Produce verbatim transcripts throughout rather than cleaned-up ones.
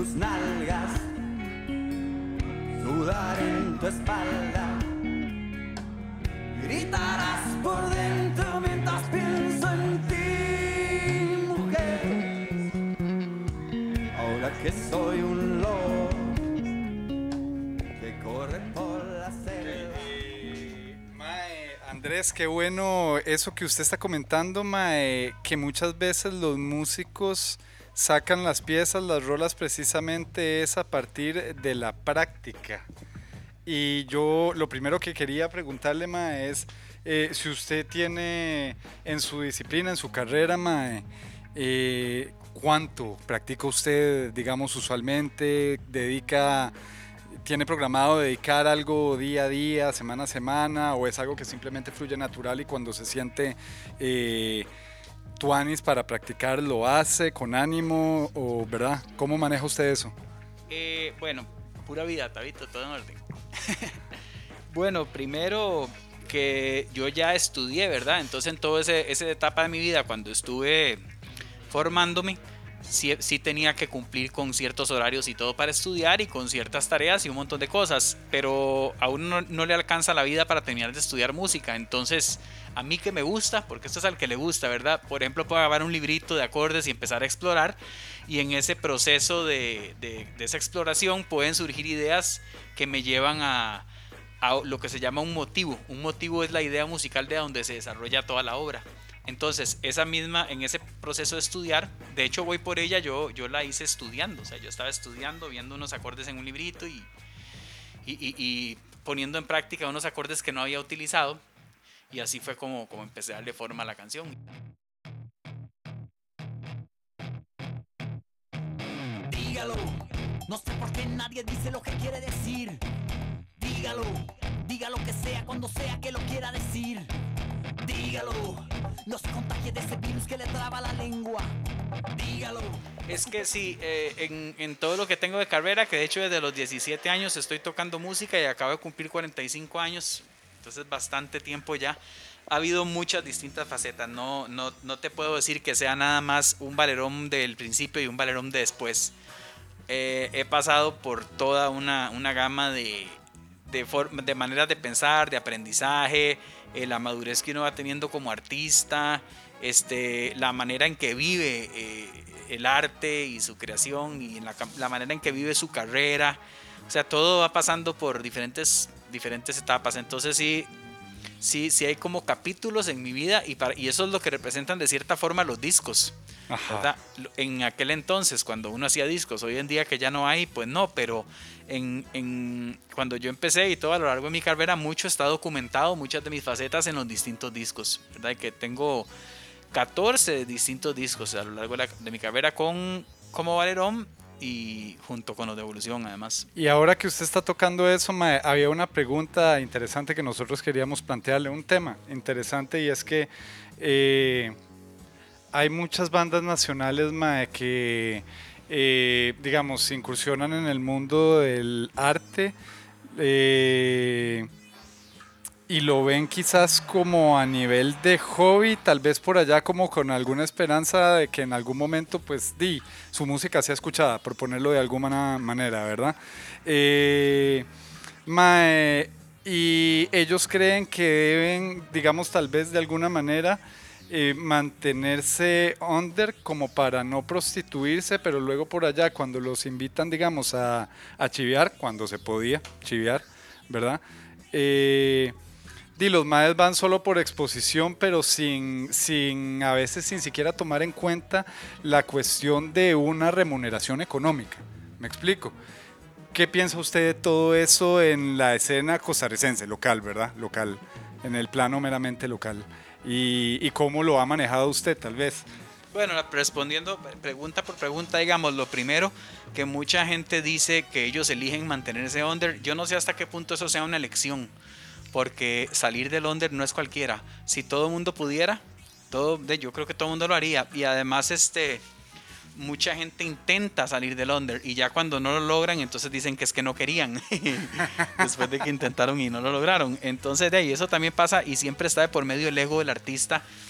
tus nalgas, sudar en tu espalda, gritarás por dentro mientras pienso en ti, mujer. Ahora que soy un lobo que corre por la selva. Mae, Andrés, qué bueno eso que usted está comentando, mae, que muchas veces los músicos sacan las piezas, las rolas precisamente es a partir de la práctica. Y yo lo primero que quería preguntarle, mae, es eh, si usted tiene en su disciplina, en su carrera, mae, eh, ¿cuánto practica usted, digamos, usualmente? ¿Dedica, tiene programado dedicar algo día a día, semana a semana, o es algo que simplemente fluye natural y cuando se siente eh, tuanis para practicar lo hace con ánimo, o verdad? ¿Cómo maneja usted eso? Eh, bueno, pura vida, Tabito, todo en orden. Bueno, primero que yo ya estudié, ¿verdad? Entonces en toda esa etapa de mi vida, cuando estuve formándome, sí, sí tenía que cumplir con ciertos horarios y todo para estudiar y con ciertas tareas y un montón de cosas, pero a uno no, no le alcanza la vida para terminar de estudiar música. Entonces a mí que me gusta, porque esto es al que le gusta, ¿verdad? Por ejemplo, puedo agarrar un librito de acordes y empezar a explorar, y en ese proceso de, de, de esa exploración pueden surgir ideas que me llevan a, a lo que se llama un motivo. Un motivo es la idea musical de donde se desarrolla toda la obra. Entonces, esa misma, en ese proceso de estudiar, de hecho voy por ella, yo, yo la hice estudiando, o sea, yo estaba estudiando, viendo unos acordes en un librito y, y, y, y poniendo en práctica unos acordes que no había utilizado, y así fue como, como empecé a darle forma a la canción. Dígalo, no sé por qué nadie dice lo que quiere decir. Dígalo, diga lo que sea cuando sea que lo quiera decir. Dígalo, no se contagie de ese virus que le traba la lengua. Dígalo. Es que sí, eh, en, en todo lo que tengo de carrera, que de hecho desde los diecisiete años estoy tocando música y acabo de cumplir cuarenta y cinco años, entonces bastante tiempo ya. Ha habido muchas distintas facetas, no, no, no te puedo decir que sea nada más un valerón del principio y un valerón de después. Eh, he pasado por toda una, una gama de, de, forma, de maneras de pensar, de aprendizaje, eh, la madurez que uno va teniendo como artista, este, la manera en que vive eh, el arte y su creación, y la, la manera en que vive su carrera. O sea, todo va pasando por diferentes, diferentes etapas. Entonces sí, sí, sí hay como capítulos en mi vida, y, para, y eso es lo que representan de cierta forma los discos. ¿Verdad? En aquel entonces, cuando uno hacía discos, hoy en día que ya no hay, pues no, pero en, en, cuando yo empecé y todo a lo largo de mi carrera, mucho está documentado, muchas de mis facetas en los distintos discos, ¿verdad? Que tengo catorce distintos discos a lo largo de, la, de mi carrera con, como valerón y junto con los de Evolución además. Y ahora que usted está tocando eso, mae, había una pregunta interesante que nosotros queríamos plantearle, un tema interesante, y es que eh, hay muchas bandas nacionales, mae, que eh, digamos incursionan en el mundo del arte eh, y lo ven quizás como a nivel de hobby, tal vez por allá como con alguna esperanza de que en algún momento pues di, su música sea escuchada, por ponerlo de alguna manera, ¿verdad? Eh, mae, y ellos creen que deben, digamos, tal vez de alguna manera eh, mantenerse under como para no prostituirse, pero luego por allá cuando los invitan, digamos, a, a chivear, cuando se podía chivear, ¿verdad? Eh, Di, los maes van solo por exposición, pero sin, sin, a veces sin siquiera tomar en cuenta la cuestión de una remuneración económica. ¿Me explico? ¿Qué piensa usted de todo eso en la escena costarricense, local, verdad? Local, en el plano meramente local. ¿Y, y cómo lo ha manejado usted, tal vez? Bueno, respondiendo pregunta por pregunta, digamos, lo primero, que mucha gente dice que ellos eligen mantenerse under. Yo no sé hasta qué punto eso sea una elección, porque salir del under no es cualquiera. Si todo el mundo pudiera, todo, yo creo que todo el mundo lo haría. Y además, este, mucha gente intenta salir del under, y ya cuando no lo logran, entonces dicen que es que no querían después de que intentaron y no lo lograron. Entonces de ahí eso también pasa, y siempre está de por medio el ego del artista. Claro.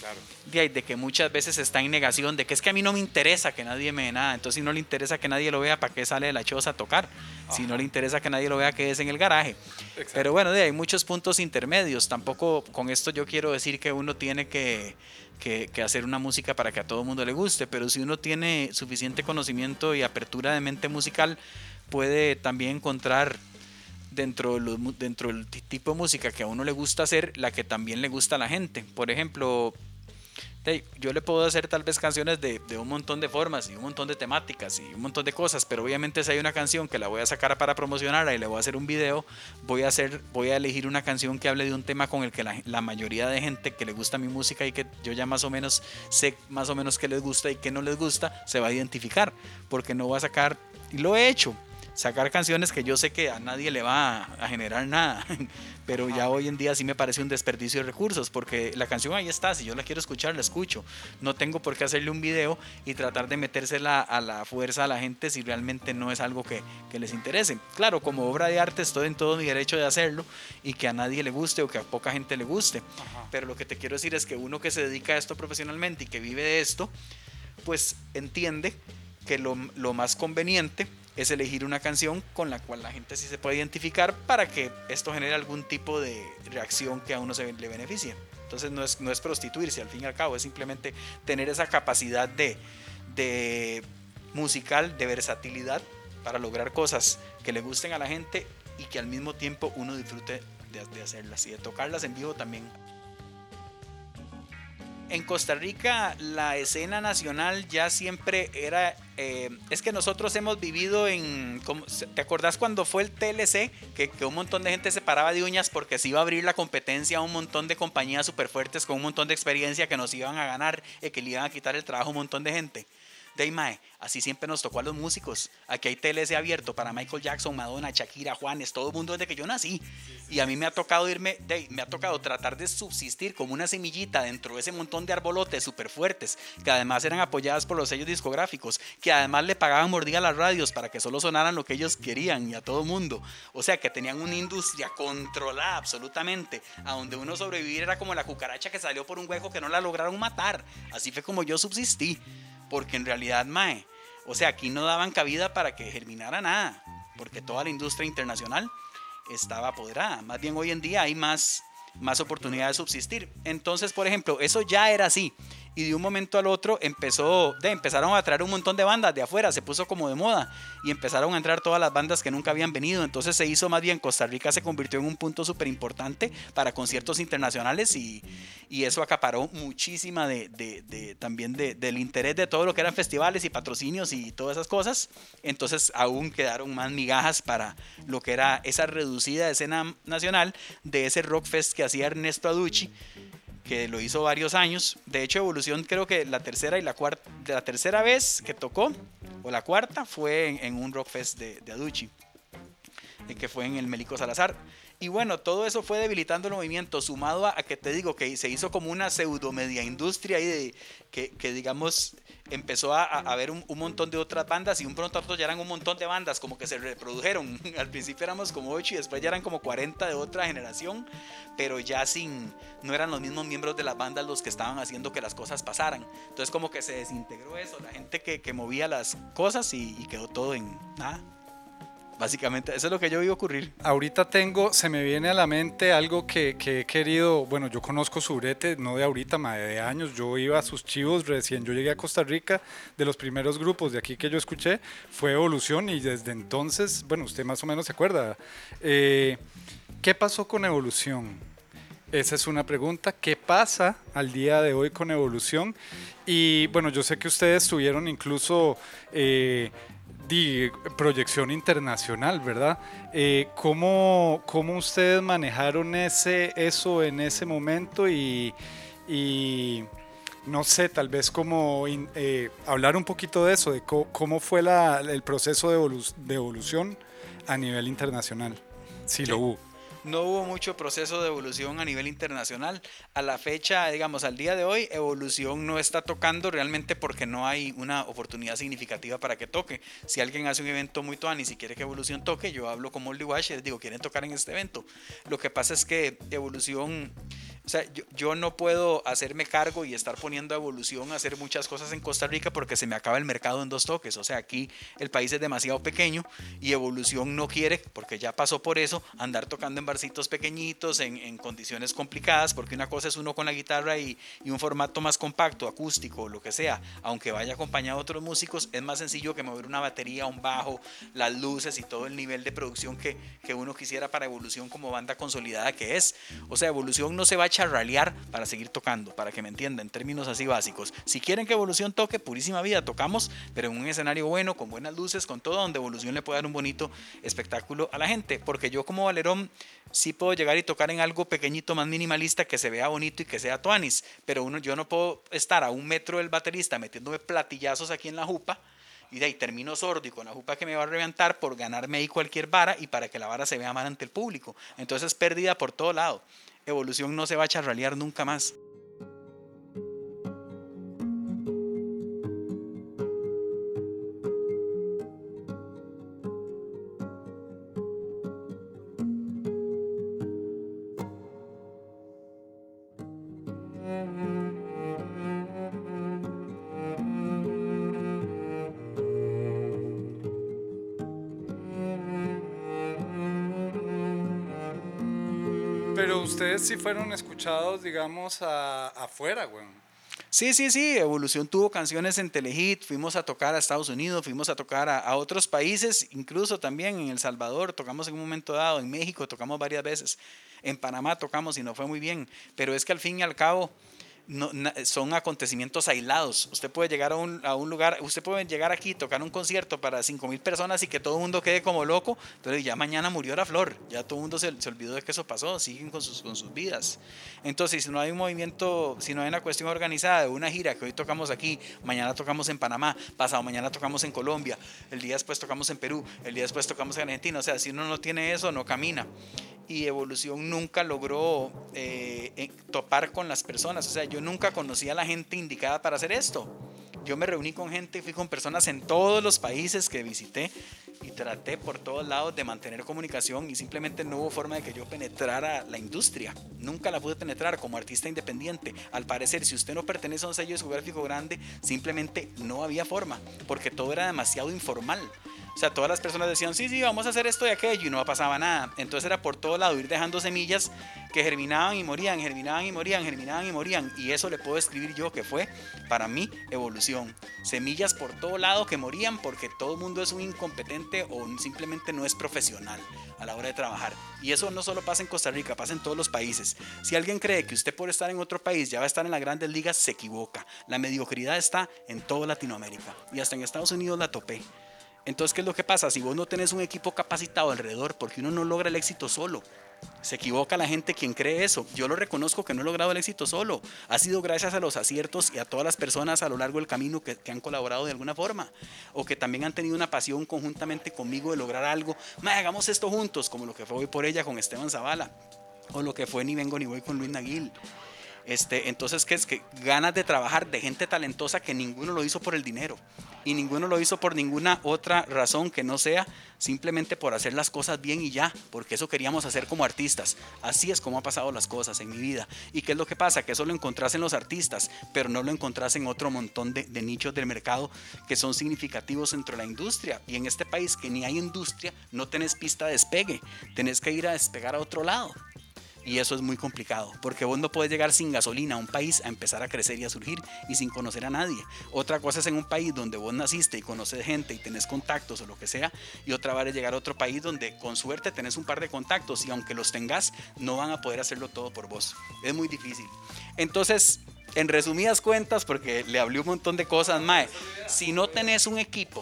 de, ahí, de que muchas veces está en negación, de que es que a mí no me interesa que nadie me dé nada, entonces si no le interesa que nadie lo vea, ¿para qué sale de la choza a tocar? Ajá. Si no le interesa que nadie lo vea, que es en el garaje. Exacto. Pero bueno, de, hay muchos puntos intermedios, tampoco con esto yo quiero decir que uno tiene que, que, que hacer una música para que a todo el mundo le guste, pero si uno tiene suficiente conocimiento y apertura de mente musical, puede también encontrar dentro, de los, dentro del tipo de música que a uno le gusta hacer, la que también le gusta a la gente. Por ejemplo, yo le puedo hacer tal vez canciones de, de un montón de formas y un montón de temáticas y un montón de cosas, pero obviamente si hay una canción que la voy a sacar para promocionarla y le voy a hacer un video, voy a, hacer, voy a elegir una canción que hable de un tema con el que la, la mayoría de gente que le gusta mi música y que yo ya más o menos sé más o menos qué les gusta y qué no les gusta, se va a identificar, porque no voy a sacar, y lo he hecho, sacar canciones que yo sé que a nadie le va a, a generar nada, pero ya hoy en día sí me parece un desperdicio de recursos, porque la canción ahí está, si yo la quiero escuchar, la escucho. No tengo por qué hacerle un video y tratar de metérsela a la fuerza a la gente si realmente no es algo que, que les interese. Claro, como obra de arte estoy en todo mi derecho de hacerlo y que a nadie le guste o que a poca gente le guste. Ajá. Pero lo que te quiero decir es que uno que se dedica a esto profesionalmente y que vive de esto, pues entiende que lo, lo más conveniente es elegir una canción con la cual la gente sí se puede identificar para que esto genere algún tipo de reacción que a uno se le beneficie. Entonces no es, no es prostituirse, al fin y al cabo, es simplemente tener esa capacidad de, de musical, de versatilidad para lograr cosas que le gusten a la gente y que al mismo tiempo uno disfrute de, de hacerlas y de tocarlas en vivo también. En Costa Rica la escena nacional ya siempre era, eh, es que nosotros hemos vivido en, ¿te acordás cuando fue el T L C? Que, que un montón de gente se paraba de uñas porque se iba a abrir la competencia a un montón de compañías súper fuertes con un montón de experiencia que nos iban a ganar y que le iban a quitar el trabajo a un montón de gente. De mae, así siempre nos tocó a los músicos. Aquí hay T L C abierto para Michael Jackson, Madonna, Shakira, Juanes, todo el mundo desde que yo nací. Sí, sí, y a mí me ha tocado irme, de, me ha tocado tratar de subsistir como una semillita dentro de ese montón de arbolotes súper fuertes, que además eran apoyadas por los sellos discográficos, que además le pagaban mordida a las radios para que solo sonaran lo que ellos querían y a todo el mundo. O sea, que tenían una industria controlada absolutamente, a donde uno sobrevivir era como la cucaracha que salió por un hueco que no la lograron matar. Así fue como yo subsistí. Porque en realidad, mae, o sea, aquí no daban cabida para que germinara nada, porque toda la industria internacional estaba apoderada. Más bien hoy en día hay más, más oportunidad de subsistir. Entonces, por ejemplo, eso ya era así. Y de un momento al otro empezó, de, empezaron a traer un montón de bandas de afuera, se puso como de moda y empezaron a entrar todas las bandas que nunca habían venido. Entonces se hizo más bien, Costa Rica se convirtió en un punto súper importante para conciertos internacionales y, y eso acaparó muchísima de, de, de, también de, del interés de todo lo que eran festivales y patrocinios y todas esas cosas. Entonces aún quedaron más migajas para lo que era esa reducida escena nacional de ese rock fest que hacía Ernesto Aducci, que lo hizo varios años. De hecho, Evolución creo que la tercera y la cuarta, la tercera vez que tocó, o la cuarta, fue en, en un rock fest de, de Aducci, que fue en el Melico Salazar. Y bueno, todo eso fue debilitando el movimiento, sumado a, a que te digo que se hizo como una pseudo media industria ahí de, que, que digamos empezó a, a ver un, un montón de otras bandas y un pronto a otro ya eran un montón de bandas como que se reprodujeron. Al principio éramos como ocho y después ya eran como cuarenta de otra generación, pero ya sin, no eran los mismos miembros de las bandas los que estaban haciendo que las cosas pasaran. Entonces como que se desintegró eso, la gente que, que movía las cosas y, y quedó todo en nada. Básicamente, eso es lo que yo vi ocurrir. Ahorita tengo, se me viene a la mente algo que, que he querido, bueno, yo conozco su brete, no de ahorita, más de años, yo iba a sus chivos recién, yo llegué a Costa Rica, de los primeros grupos de aquí que yo escuché, fue Evolución y desde entonces, bueno, usted más o menos se acuerda, eh, ¿qué pasó con Evolución? Esa es una pregunta, ¿qué pasa al día de hoy con Evolución? Y bueno, yo sé que ustedes tuvieron incluso... Eh, de proyección internacional, ¿verdad? Eh, ¿cómo, ¿Cómo ustedes manejaron ese, eso en ese momento? Y, y no sé, tal vez como eh, hablar un poquito de eso, de cómo, cómo fue la, el proceso de, evolu de evolución a nivel internacional, si sí. lo hubo. No hubo mucho proceso de evolución a nivel internacional. A la fecha, digamos, al día de hoy, Evolución no está tocando realmente porque no hay una oportunidad significativa para que toque. Si alguien hace un evento muy tuani y si quiere que Evolución toque, yo hablo con Moldy Wash y les digo, ¿quieren tocar en este evento? Lo que pasa es que Evolución O sea, yo, yo no puedo hacerme cargo y estar poniendo a Evolución a hacer muchas cosas en Costa Rica porque se me acaba el mercado en dos toques. O sea, aquí el país es demasiado pequeño y Evolución no quiere, porque ya pasó por eso, andar tocando en barcitos pequeñitos, en, en condiciones complicadas, porque una cosa es uno con la guitarra y, y un formato más compacto, acústico, lo que sea. Aunque vaya acompañado de otros músicos, es más sencillo que mover una batería, un bajo, las luces y todo el nivel de producción que, que uno quisiera para Evolución como banda consolidada que es. O sea, Evolución no se va a charralear para seguir tocando, para que me entiendan, en términos así básicos. Si quieren que Evolución toque, purísima vida, tocamos, pero en un escenario bueno, con buenas luces, con todo, donde Evolución le pueda dar un bonito espectáculo a la gente. Porque yo como Valerón sí puedo llegar y tocar en algo pequeñito, más minimalista, que se vea bonito y que sea tuanis, pero uno, yo no puedo estar a un metro del baterista metiéndome platillazos aquí en la jupa y de ahí termino sordo y con la jupa que me va a reventar por ganarme ahí cualquier vara y para que la vara se vea mal ante el público. Entonces es pérdida por todo lado. Evolución no se va a charralear nunca más. Pero ustedes sí fueron escuchados, digamos, a, afuera, güey. Sí, sí, sí, Evolución tuvo canciones en Telehit, fuimos a tocar a Estados Unidos, fuimos a tocar a, a otros países, incluso también en El Salvador, tocamos en un momento dado, en México tocamos varias veces, en Panamá tocamos y no fue muy bien, pero es que al fin y al cabo no, na, son acontecimientos aislados. Usted puede llegar a un, a un lugar, usted puede llegar aquí, tocar un concierto para cinco mil personas y que todo el mundo quede como loco, entonces ya mañana murió la flor, ya todo el mundo se, se olvidó de que eso pasó, siguen con sus, con sus vidas. Entonces, si no hay un movimiento, si no hay una cuestión organizada de una gira, que hoy tocamos aquí, mañana tocamos en Panamá, pasado mañana tocamos en Colombia, el día después tocamos en Perú, el día después tocamos en Argentina, o sea, si uno no tiene eso, no camina. Y Evolución nunca logró eh, topar con las personas, o sea, yo nunca conocí a la gente indicada para hacer esto. Yo me reuní con gente, fui con personas en todos los países que visité y traté por todos lados de mantener comunicación y simplemente no hubo forma de que yo penetrara la industria. Nunca la pude penetrar como artista independiente. Al parecer, si usted no pertenece a un sello discográfico grande, simplemente no había forma, porque todo era demasiado informal. O sea, todas las personas decían, sí, sí, vamos a hacer esto y aquello, y no pasaba nada. Entonces era por todo lado ir dejando semillas que germinaban y morían, germinaban y morían, germinaban y morían. Y eso le puedo escribir yo que fue, para mí, Evolución. Semillas por todo lado que morían porque todo el mundo es un incompetente o simplemente no es profesional a la hora de trabajar. Y eso no solo pasa en Costa Rica, pasa en todos los países. Si alguien cree que usted por estar en otro país ya va a estar en las grandes ligas, se equivoca. La mediocridad está en toda Latinoamérica y hasta en Estados Unidos la topé. Entonces, ¿qué es lo que pasa? Si vos no tenés un equipo capacitado alrededor, porque uno no logra el éxito solo. Se equivoca la gente quien cree eso. Yo lo reconozco que no he logrado el éxito solo. Ha sido gracias a los aciertos y a todas las personas a lo largo del camino que, que han colaborado de alguna forma. O que también han tenido una pasión conjuntamente conmigo de lograr algo. Ma, hagamos esto juntos, como lo que fue Voy por ella con Esteban Zavala. O lo que fue Ni vengo ni voy con Luis Naguil. Este, entonces, ¿qué es? Que ganas de trabajar de gente talentosa que ninguno lo hizo por el dinero y ninguno lo hizo por ninguna otra razón que no sea simplemente por hacer las cosas bien y ya, porque eso queríamos hacer como artistas. Así es como han pasado las cosas en mi vida. ¿Y qué es lo que pasa? Que eso lo encontrás en los artistas, pero no lo encontrás en otro montón de, de nichos del mercado que son significativos dentro de la industria. Y en este país que ni hay industria, no tenés pista de despegue, tenés que ir a despegar a otro lado. Y eso es muy complicado, porque vos no puedes llegar sin gasolina a un país a empezar a crecer y a surgir y sin conocer a nadie. Otra cosa es en un país donde vos naciste y conoces gente y tenés contactos o lo que sea, y otra vez es llegar a otro país donde con suerte tenés un par de contactos y aunque los tengas, no van a poder hacerlo todo por vos. Es muy difícil. Entonces, en resumidas cuentas, porque le hablé un montón de cosas, mae, si no tenés un equipo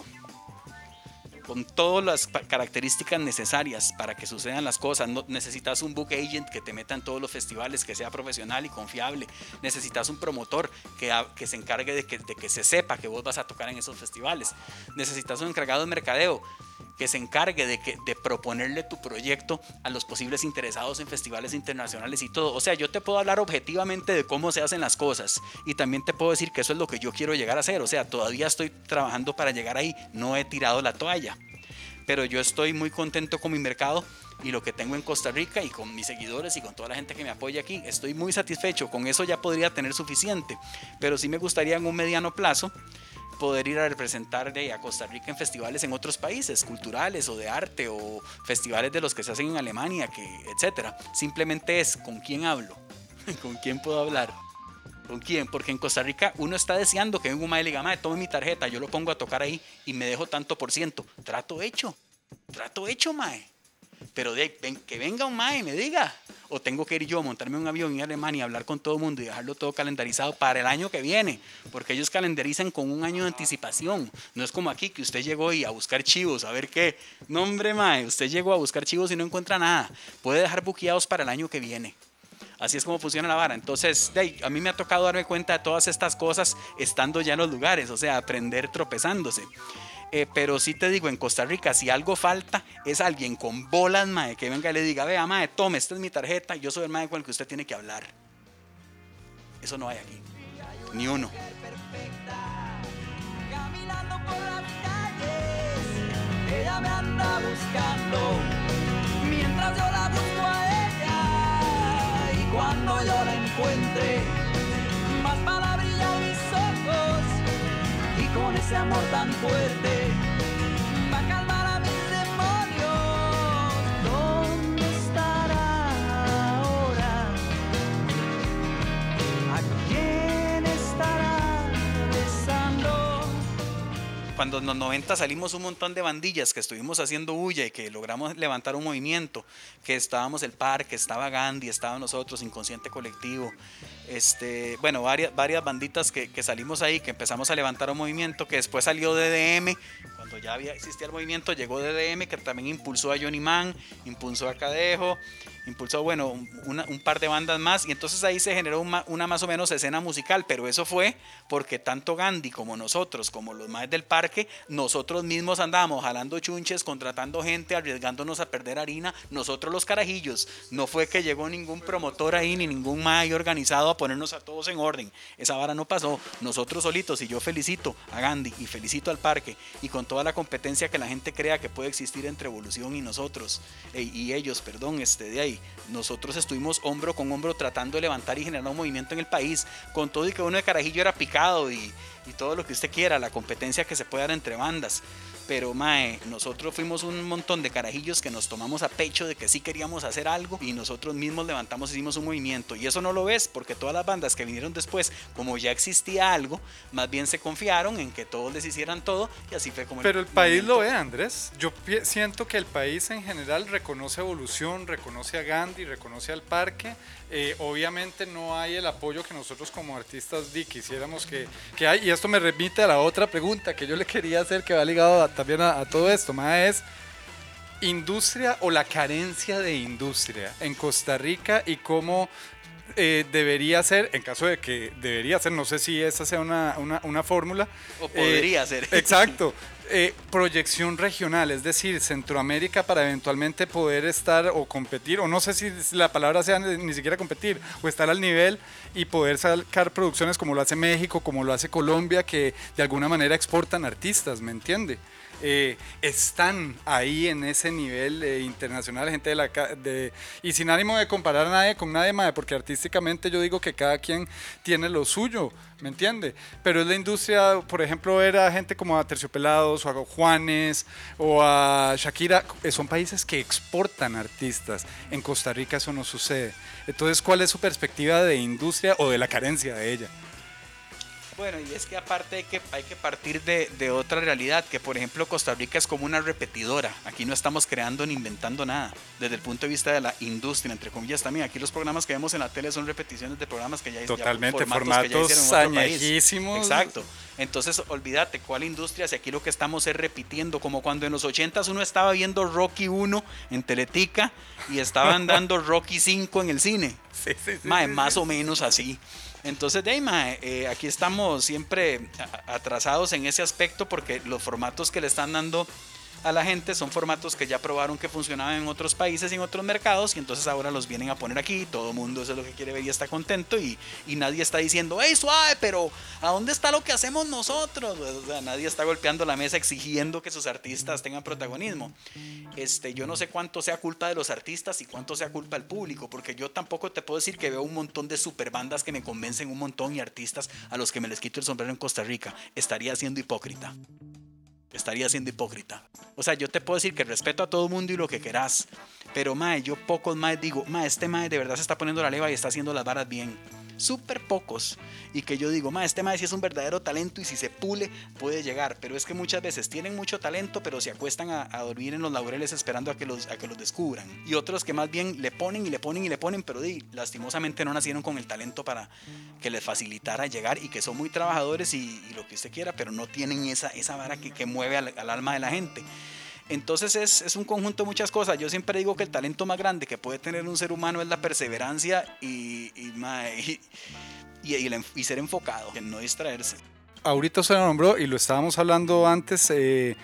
con todas las características necesarias para que sucedan las cosas, no, necesitas un book agent que te meta en todos los festivales, que sea profesional y confiable, necesitas un promotor que, que se encargue de que, de que se sepa que vos vas a tocar en esos festivales, necesitas un encargado de mercadeo que se encargue de, que, de proponerle tu proyecto a los posibles interesados en festivales internacionales y todo. O sea, yo te puedo hablar objetivamente de cómo se hacen las cosas y también te puedo decir que eso es lo que yo quiero llegar a hacer. O sea, todavía estoy trabajando para llegar ahí, no he tirado la toalla. pero yo estoy muy contento con mi mercado y lo que tengo en Costa Rica y con mis seguidores y con toda la gente que me apoya aquí. Estoy muy satisfecho, con eso ya podría tener suficiente, pero sí me gustaría en un mediano plazo poder ir a representar de, a Costa Rica en festivales en otros países, culturales o de arte, o festivales de los que se hacen en Alemania, que, etcétera. Simplemente es con quién hablo, con quién puedo hablar. ¿Con quién? Porque en Costa Rica uno está deseando que venga un mae y le diga, mae, tome mi tarjeta, yo lo pongo a tocar ahí y me dejo tanto por ciento. Trato hecho, trato hecho, mae. Pero de, ven, que venga un mae y me diga. O tengo que ir yo, montarme un avión en Alemania y hablar con todo el mundo y dejarlo todo calendarizado para el año que viene. Porque ellos calendarizan con un año de anticipación. No es como aquí que usted llegó y a buscar chivos, a ver qué. No, hombre, mae, usted llegó a buscar chivos y no encuentra nada. Puede dejar buqueados para el año que viene. Así es como funciona la vara. Entonces, de, a mí me ha tocado darme cuenta de todas estas cosas estando ya en los lugares, o sea, aprender tropezándose. Eh, pero sí te digo, en Costa Rica, si algo falta, es alguien con bolas, mae, que venga y le diga, vea, mae, tome, esta es mi tarjeta, yo soy el mae con el que usted tiene que hablar. Eso no hay aquí, ni uno. Caminando por las calles, ella me anda buscando, mientras yo la busco a ella, y cuando yo la encuentre, más para brillar mis ojos, y con ese amor tan fuerte, va a calmar a mis demonios. ¿Dónde estará ahora? ¿A quién estará besando? Cuando en los noventa salimos un montón de bandillas que estuvimos haciendo bulla y que logramos levantar un movimiento, que estábamos el Parque, estaba Gandhi, estábamos nosotros, Inconsciente Colectivo, este, bueno, varias, varias banditas que, que salimos ahí, que empezamos a levantar un movimiento, que después salió D D M, cuando ya había, existía el movimiento, llegó D D M, que también impulsó a Johnny Man, impulsó a Cadejo, impulsó, bueno, una, un par de bandas más, y entonces ahí se generó una, una más o menos escena musical, pero eso fue porque tanto Gandhi como nosotros, como los más del Parque, nosotros mismos andábamos jalando chunches, contratando gente, arriesgándonos a perder harina, nosotros los carajillos. No fue que llegó ningún promotor ahí, ni ningún mae organizado a ponernos a todos en orden. Esa vara no pasó. Nosotros solitos, y yo felicito a Gandhi y felicito al Parque, y con toda la competencia que la gente crea que puede existir entre Evolución y nosotros, e, y ellos, perdón, este, de ahí. Nosotros estuvimos hombro con hombro tratando de levantar y generar un movimiento en el país, con todo y que uno de carajillo era picado y, y todo lo que usted quiera, la competencia que se puede dar entre bandas. Pero mae, nosotros fuimos un montón de carajillos que nos tomamos a pecho de que sí queríamos hacer algo, y nosotros mismos levantamos y hicimos un movimiento. Y eso no lo ves porque todas las bandas que vinieron después, como ya existía algo, más bien se confiaron en que todos les hicieran todo, y así fue como... Pero el, el país movimiento. Lo ve, Andrés. Yo pi- siento que el país en general reconoce Evolución, reconoce a Gandhi, reconoce al Parque. Eh, obviamente no hay el apoyo que nosotros como artistas di, quisiéramos que, que hay. Y esto me remite a la otra pregunta que yo le quería hacer, que va ligado a, también a, a todo esto, más es industria o la carencia de industria en Costa Rica, y cómo eh, debería ser, en caso de que debería ser, no sé si esa sea una, una, una fórmula. O podría eh, ser. Exacto. Eh, proyección regional, es decir, Centroamérica, para eventualmente poder estar o competir, o no sé si la palabra sea ni siquiera competir, o estar al nivel y poder sacar producciones como lo hace México, como lo hace Colombia, que de alguna manera exportan artistas, ¿me entiende? Eh, están ahí en ese nivel eh, internacional, gente de la de, y sin ánimo de comparar a nadie con nadie más, porque artísticamente yo digo que cada quien tiene lo suyo, ¿me entiende? Pero es la industria, por ejemplo, ver a gente como a Terciopelados o a Juanes o a Shakira, son países que exportan artistas. En Costa Rica eso no sucede. Entonces, ¿cuál es su perspectiva de industria o de la carencia de ella? Bueno, y es que aparte hay que, hay que partir de, de otra realidad, que por ejemplo Costa Rica es como una repetidora. Aquí no estamos creando ni inventando nada, desde el punto de vista de la industria, entre comillas también. Aquí los programas que vemos en la tele son repeticiones de programas que ya hicieron. Totalmente, ya, formatos, formatos que ya añejísimos. Exacto. Entonces, olvídate, ¿cuál industria? Si aquí lo que estamos es repitiendo, como cuando en los ochentas uno estaba viendo Rocky uno en Teletica y estaban dando Rocky cinco en el cine. Sí, sí, sí, Mae, sí, más sí. o menos así. Entonces, de ahí, mae, eh, aquí estamos siempre atrasados en ese aspecto, porque los formatos que le están dando a la gente, son formatos que ya probaron que funcionaban en otros países y en otros mercados, y entonces ahora los vienen a poner aquí, todo el mundo eso es lo que quiere ver y está contento, y, y nadie está diciendo, hey, suave, pero ¿a dónde está lo que hacemos nosotros? O sea, nadie está golpeando la mesa exigiendo que sus artistas tengan protagonismo. Este, yo no sé cuánto sea culpa de los artistas y cuánto sea culpa del público, porque yo tampoco te puedo decir que veo un montón de super bandas que me convencen un montón y artistas a los que me les quito el sombrero en Costa Rica. Estaría siendo hipócrita. Estaría siendo hipócrita. O sea, yo te puedo decir que respeto a todo el mundo y lo que querás, pero mae, yo pocos más digo, mae, este mae de verdad se está poniendo la leva y está haciendo las varas bien. Súper pocos. Y que yo digo, mae, este mae sí es un verdadero talento y si se pule puede llegar. Pero es que muchas veces tienen mucho talento, pero se acuestan a, a dormir en los laureles esperando a que, los, a que los descubran. Y otros que más bien le ponen y le ponen y le ponen, pero di, lastimosamente no nacieron con el talento para que les facilitara llegar, y que son muy trabajadores y, y lo que usted quiera, pero no tienen esa, esa vara que, que mueve al, al alma de la gente. Entonces es, es un conjunto de muchas cosas. Yo siempre digo que el talento más grande que puede tener un ser humano es la perseverancia y, y, y, y, y, y ser enfocado, en no distraerse. Ahorita se lo nombró y lo estábamos hablando antes, eh,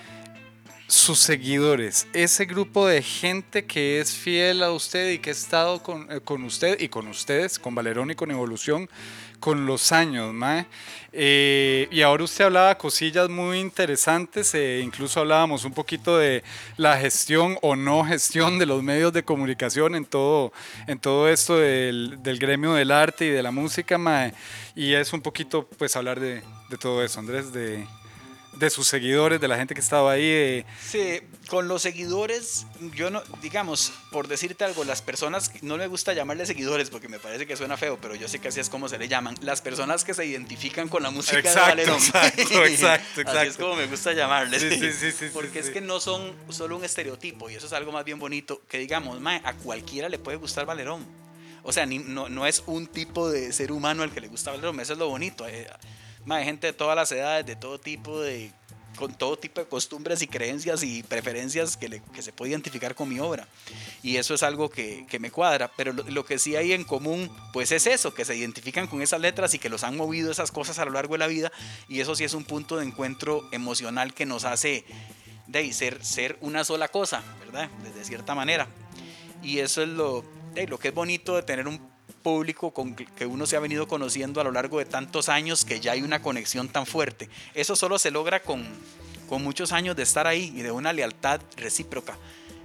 sus seguidores, ese grupo de gente que es fiel a usted y que ha estado con, eh, con usted y con ustedes, con Valerón y con Evolución, con los años, mae. Eh, y ahora usted hablaba cosillas muy interesantes, eh, incluso hablábamos un poquito de la gestión o no gestión de los medios de comunicación en todo, en todo esto del, del gremio del arte y de la música, mae. Y es un poquito, pues, hablar de, de todo eso, Andrés, de... de sus seguidores, de la gente que estaba ahí. Eh. Sí, con los seguidores, yo no, digamos, por decirte algo, las personas, no me gusta llamarles seguidores porque me parece que suena feo, pero yo sé que así es como se le llaman, las personas que se identifican con la música exacto, de Valerón. Exacto, exacto, exacto. Así es como me gusta llamarles. Sí, sí, sí, sí, porque sí, es sí. que no son solo un estereotipo, y eso es algo más bien bonito, que digamos, mae, a cualquiera le puede gustar Valerón. O sea, ni, no, no es un tipo de ser humano al que le gusta Valerón, eso es lo bonito. Eh, mae, gente de todas las edades, de todo tipo de... con todo tipo de costumbres y creencias y preferencias que, le, que se puede identificar con mi obra, y eso es algo que, que me cuadra, pero lo, lo que sí hay en común pues es eso, que se identifican con esas letras y que los han movido esas cosas a lo largo de la vida, y eso sí es un punto de encuentro emocional que nos hace de ser, ser una sola cosa, ¿verdad? De cierta manera, y eso es lo, de, lo que es bonito de tener un público con que uno se ha venido conociendo a lo largo de tantos años, que ya hay una conexión tan fuerte. Eso solo se logra con, con muchos años de estar ahí y de una lealtad recíproca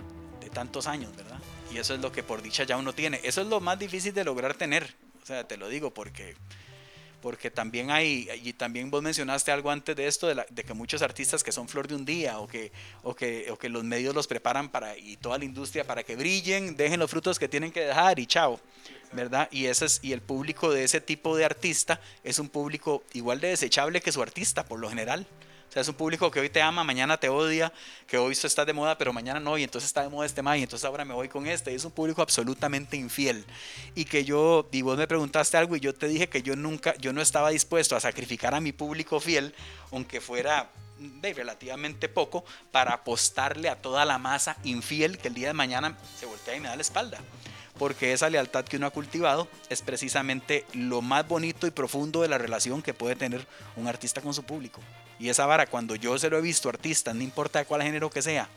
de tantos años, ¿verdad? Y eso es lo que por dicha ya uno tiene. Eso es lo más difícil de lograr tener, o sea, te lo digo porque porque también hay, y también vos mencionaste algo antes de esto, de, la, de que muchos artistas que son flor de un día, o que, o, que, o que los medios los preparan para, y toda la industria para que brillen, dejen los frutos que tienen que dejar y chao, ¿verdad? Y, ese es, y el público de ese tipo de artista es un público igual de desechable que su artista, por lo general. O sea, es un público que hoy te ama, mañana te odia, que hoy estás de moda, pero mañana no, y entonces está de moda este más, y entonces ahora me voy con este. Y es un público absolutamente infiel. Y que yo, y vos me preguntaste algo, y yo te dije que yo nunca, yo no estaba dispuesto a sacrificar a mi público fiel, aunque fuera de relativamente poco, para apostarle a toda la masa infiel que el día de mañana se voltea y me da la espalda. Porque esa lealtad que uno ha cultivado es precisamente lo más bonito y profundo de la relación que puede tener un artista con su público. Y esa vara, cuando yo se lo he visto a artistas, no importa de cuál género que sea,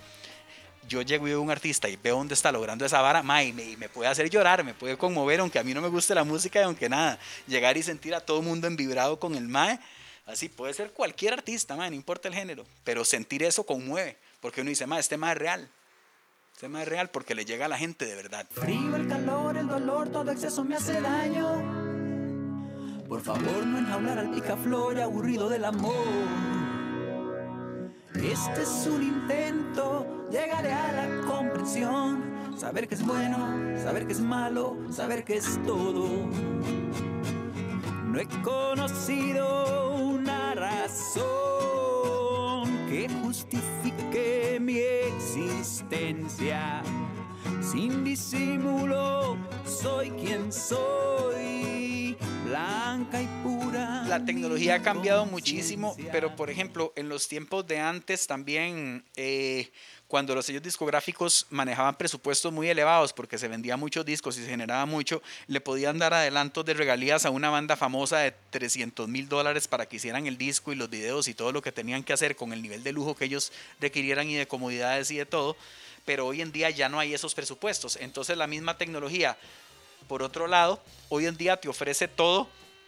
yo llego y veo a un artista y veo dónde está logrando esa vara, ma, y me, me puede hacer llorar, me puede conmover, aunque a mí no me guste la música y aunque nada, llegar y sentir a todo el mundo envibrado con el mae, así puede ser cualquier artista, ma, no importa el género, pero sentir eso conmueve, porque uno dice, ma, este mae es real. Este mae es real porque le llega a la gente de verdad. Frío, el calor, el dolor, todo exceso me hace daño. Por favor, no enjaular al picaflor aburrido del amor. Este es un intento, llegaré a la comprensión. Saber que es bueno, saber que es malo, saber que es todo. No he conocido una razón que justifique mi existencia. Sin disimulo, soy quien soy, blanca y pura, la tecnología ha cambiado muchísimo, pero por ejemplo, en los tiempos de antes también, eh, cuando los sellos discográficos manejaban presupuestos muy elevados porque se vendía muchos discos y se generaba mucho, le podían dar adelantos de regalías a una banda famosa de trescientos mil dólares para que hicieran el disco y los videos y todo lo que tenían que hacer con el nivel de lujo que ellos requirieran y de comodidades y de todo. Pero hoy en día ya no hay esos presupuestos. Entonces la misma tecnología, por otro lado, hoy en día te ofrece todo.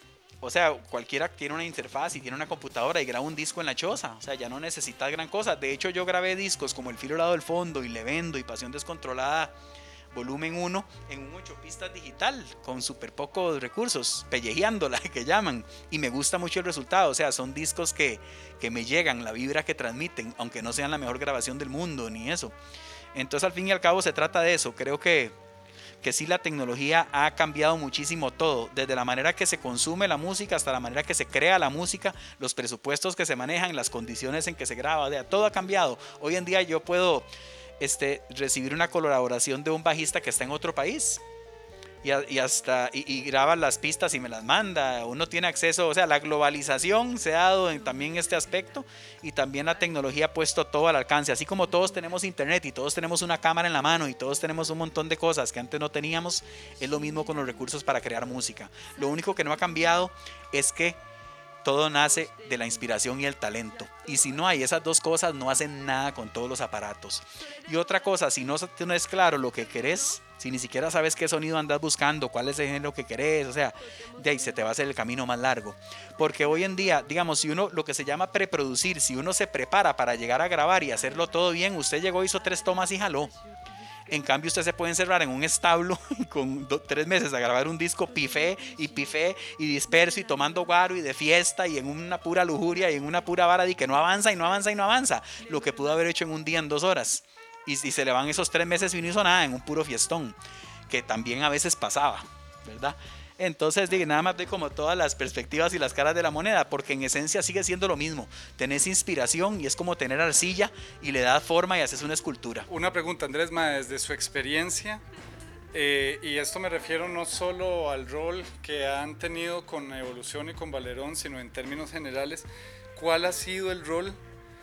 O sea, cualquiera tiene una interfaz y tiene una computadora y graba un disco en la choza. O sea, ya no necesitas gran cosa. De hecho, yo grabé discos como El Filo Helado del Fondo y Le Vendo y Pasión Descontrolada volumen uno en un ocho pistas digital con súper pocos recursos, pellejeándola que llaman. Y me gusta mucho el resultado. O sea, son discos que, que me llegan, la vibra que transmiten, aunque no sean la mejor grabación del mundo ni eso. Entonces, al fin y al cabo, se trata de eso. Creo que que sí, la tecnología ha cambiado muchísimo todo, desde la manera que se consume la música hasta la manera que se crea la música, los presupuestos que se manejan, las condiciones en que se graba, o sea, todo ha cambiado. Hoy en día yo puedo este, recibir una colaboración de un bajista que está en otro país y, y hasta y, y graba las pistas y me las manda. Uno tiene acceso, o sea, la globalización se ha dado en también este aspecto, y también la tecnología ha puesto todo al alcance. Así como todos tenemos internet y todos tenemos una cámara en la mano y todos tenemos un montón de cosas que antes no teníamos, es lo mismo con los recursos para crear música. Lo único que no ha cambiado es que todo nace de la inspiración y el talento. Y si no hay esas dos cosas, no hacen nada con todos los aparatos. Y otra cosa, si no, no es claro lo que querés, si ni siquiera sabes qué sonido andas buscando, cuál es el género que querés, o sea, de ahí se te va a hacer el camino más largo. Porque hoy en día, digamos, si uno, lo que se llama preproducir, si uno se prepara para llegar a grabar y hacerlo todo bien, usted llegó, hizo tres tomas y jaló. En cambio, usted se puede encerrar en un establo y con do, tres meses a grabar un disco pifé y pifé y disperso y tomando guaro y de fiesta y en una pura lujuria y en una pura vara y que no avanza y no avanza y no avanza. Lo que pudo haber hecho en un día, en dos horas. Y, y se le van esos tres meses y no hizo nada en un puro fiestón, que también a veces pasaba, ¿verdad? Entonces, digo, nada más de como todas las perspectivas y las caras de la moneda, porque en esencia sigue siendo lo mismo. Tenés inspiración y es como tener arcilla y le das forma y haces una escultura. Una pregunta, Andrés, ma, desde su experiencia, eh, y esto me refiero no solo al rol que han tenido con Evolución y con Valerón, sino en términos generales, ¿cuál ha sido el rol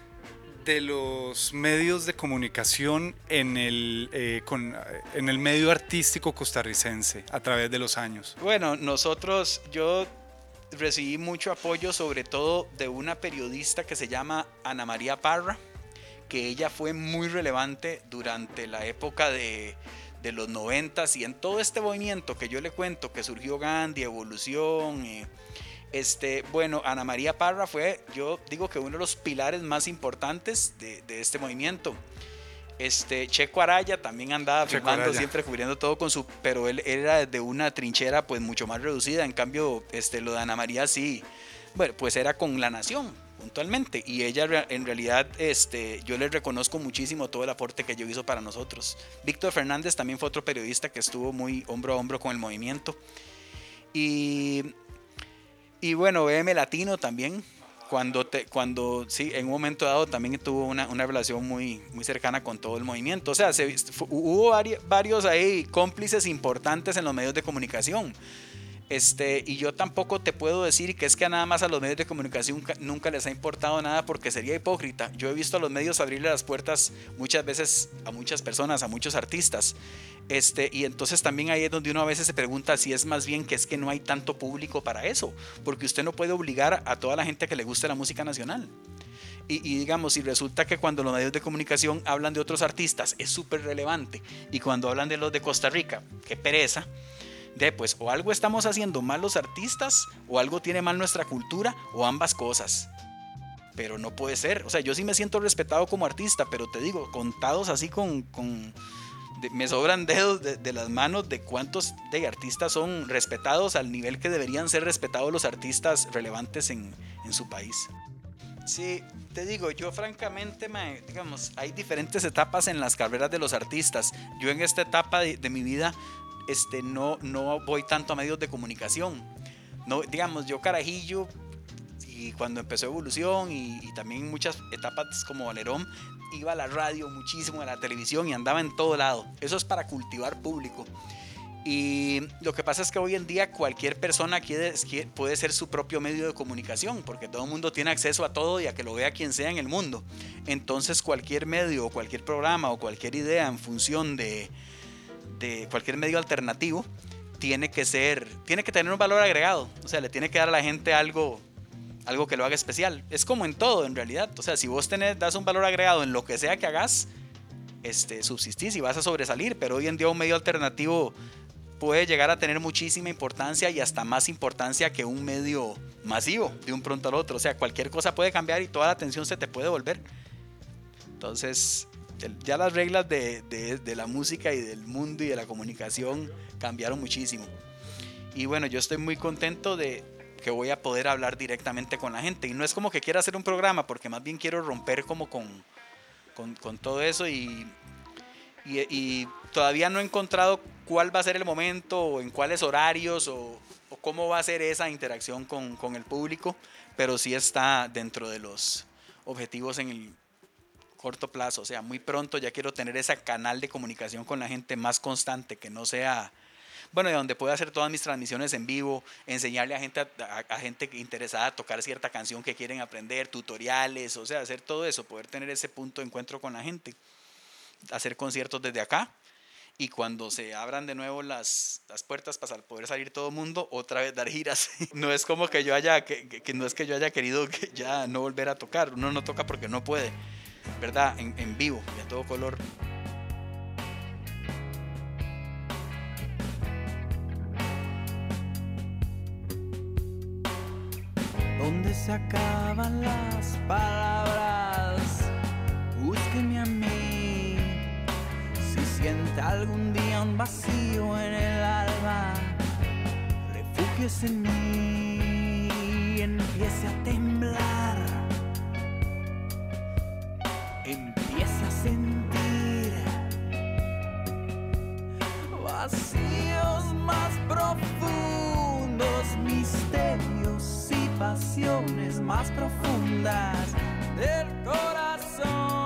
de los medios de comunicación en el, eh, con, en el medio artístico costarricense a través de los años? Bueno, nosotros, yo recibí mucho apoyo, sobre todo de una periodista que se llama Ana María Parra, que ella fue muy relevante durante la época de, de los noventas y en todo este movimiento que yo le cuento, que surgió Gandhi, Evolución, eh, Este, bueno, Ana María Parra fue, yo digo que uno de los pilares más importantes de, de este movimiento. Este, Checo Araya también andaba Checo filmando, Araya. siempre cubriendo todo con su, pero él era de una trinchera pues mucho más reducida. En cambio, este, lo de Ana María sí, bueno, pues era con La Nación puntualmente, y ella en realidad, este, yo le reconozco muchísimo todo el aporte que ella hizo para nosotros. Víctor Fernández también fue otro periodista que estuvo muy hombro a hombro con el movimiento. Y Y bueno, B M Latino también, cuando, te, cuando sí, en un momento dado también tuvo una, una relación muy, muy cercana con todo el movimiento. O sea, se, hubo varios, varios ahí cómplices importantes en los medios de comunicación. Este, y yo tampoco te puedo decir que es que nada más a los medios de comunicación nunca les ha importado nada, porque sería hipócrita. Yo he visto a los medios abrirle las puertas muchas veces a muchas personas, a muchos artistas. Este, y entonces también ahí es donde uno a veces se pregunta si es más bien que es que no hay tanto público para eso, porque usted no puede obligar a toda la gente que le guste la música nacional. Y, y digamos, si resulta que cuando los medios de comunicación hablan de otros artistas es súper relevante, y cuando hablan de los de Costa Rica, qué pereza, de pues o algo estamos haciendo mal los artistas, o algo tiene mal nuestra cultura, o ambas cosas. Pero no puede ser. O sea, yo sí me siento respetado como artista, pero te digo, contados así con... con de, me sobran dedos de, de las manos de cuántos de artistas son respetados al nivel que deberían ser respetados los artistas relevantes en, en su país. Sí, te digo, yo francamente, me, digamos, hay diferentes etapas en las carreras de los artistas. Yo en esta etapa de, de mi vida este, no, no voy tanto a medios de comunicación. No, digamos, yo carajillo, y cuando empezó Evolución y, y también muchas etapas como Valerón, iba a la radio muchísimo, a la televisión y andaba en todo lado. Eso es para cultivar público. Y lo que pasa es que hoy en día cualquier persona quiere, puede ser su propio medio de comunicación, porque todo el mundo tiene acceso a todo y a que lo vea quien sea en el mundo. Entonces cualquier medio o cualquier programa o cualquier idea en función de, de cualquier medio alternativo tiene que ser, tiene que tener un valor agregado. O sea, le tiene que dar a la gente algo, algo que lo haga especial. Es como en todo en realidad. O sea, si vos tenés, das un valor agregado en lo que sea que hagas, este, subsistís y vas a sobresalir. Pero hoy en día un medio alternativo puede llegar a tener muchísima importancia y hasta más importancia que un medio masivo de un pronto al otro. O sea, cualquier cosa puede cambiar y toda la atención se te puede volver. Entonces, ya las reglas de, de, de la música y del mundo y de la comunicación cambiaron muchísimo. Y bueno, yo estoy muy contento de que voy a poder hablar directamente con la gente. Y no es como que quiera hacer un programa, porque más bien quiero romper como con, con, con todo eso y... Y, y todavía no he encontrado cuál va a ser el momento o en cuáles horarios o, o cómo va a ser esa interacción con, con el público, pero sí está dentro de los objetivos en el corto plazo. O sea, muy pronto ya quiero tener ese canal de comunicación con la gente más constante, que no sea, bueno, de donde pueda hacer todas mis transmisiones en vivo, enseñarle a gente, a, a, a gente interesada a tocar cierta canción que quieren aprender, tutoriales, o sea, hacer todo eso, poder tener ese punto de encuentro con la gente. Hacer conciertos desde acá y cuando se abran de nuevo las, las puertas para poder salir todo el mundo, otra vez dar giras. No es como que yo haya que, que no es que yo haya querido que ya no volver a tocar. Uno no toca porque no puede, ¿verdad? En, en vivo y a todo color. Donde se acaban las palabras, búsqueme a mí. Si siente algún día un vacío en el alma, refúgiese en mí y empiece a temblar. Empiece a sentir vacíos más profundos, misterios y pasiones más profundas del corazón.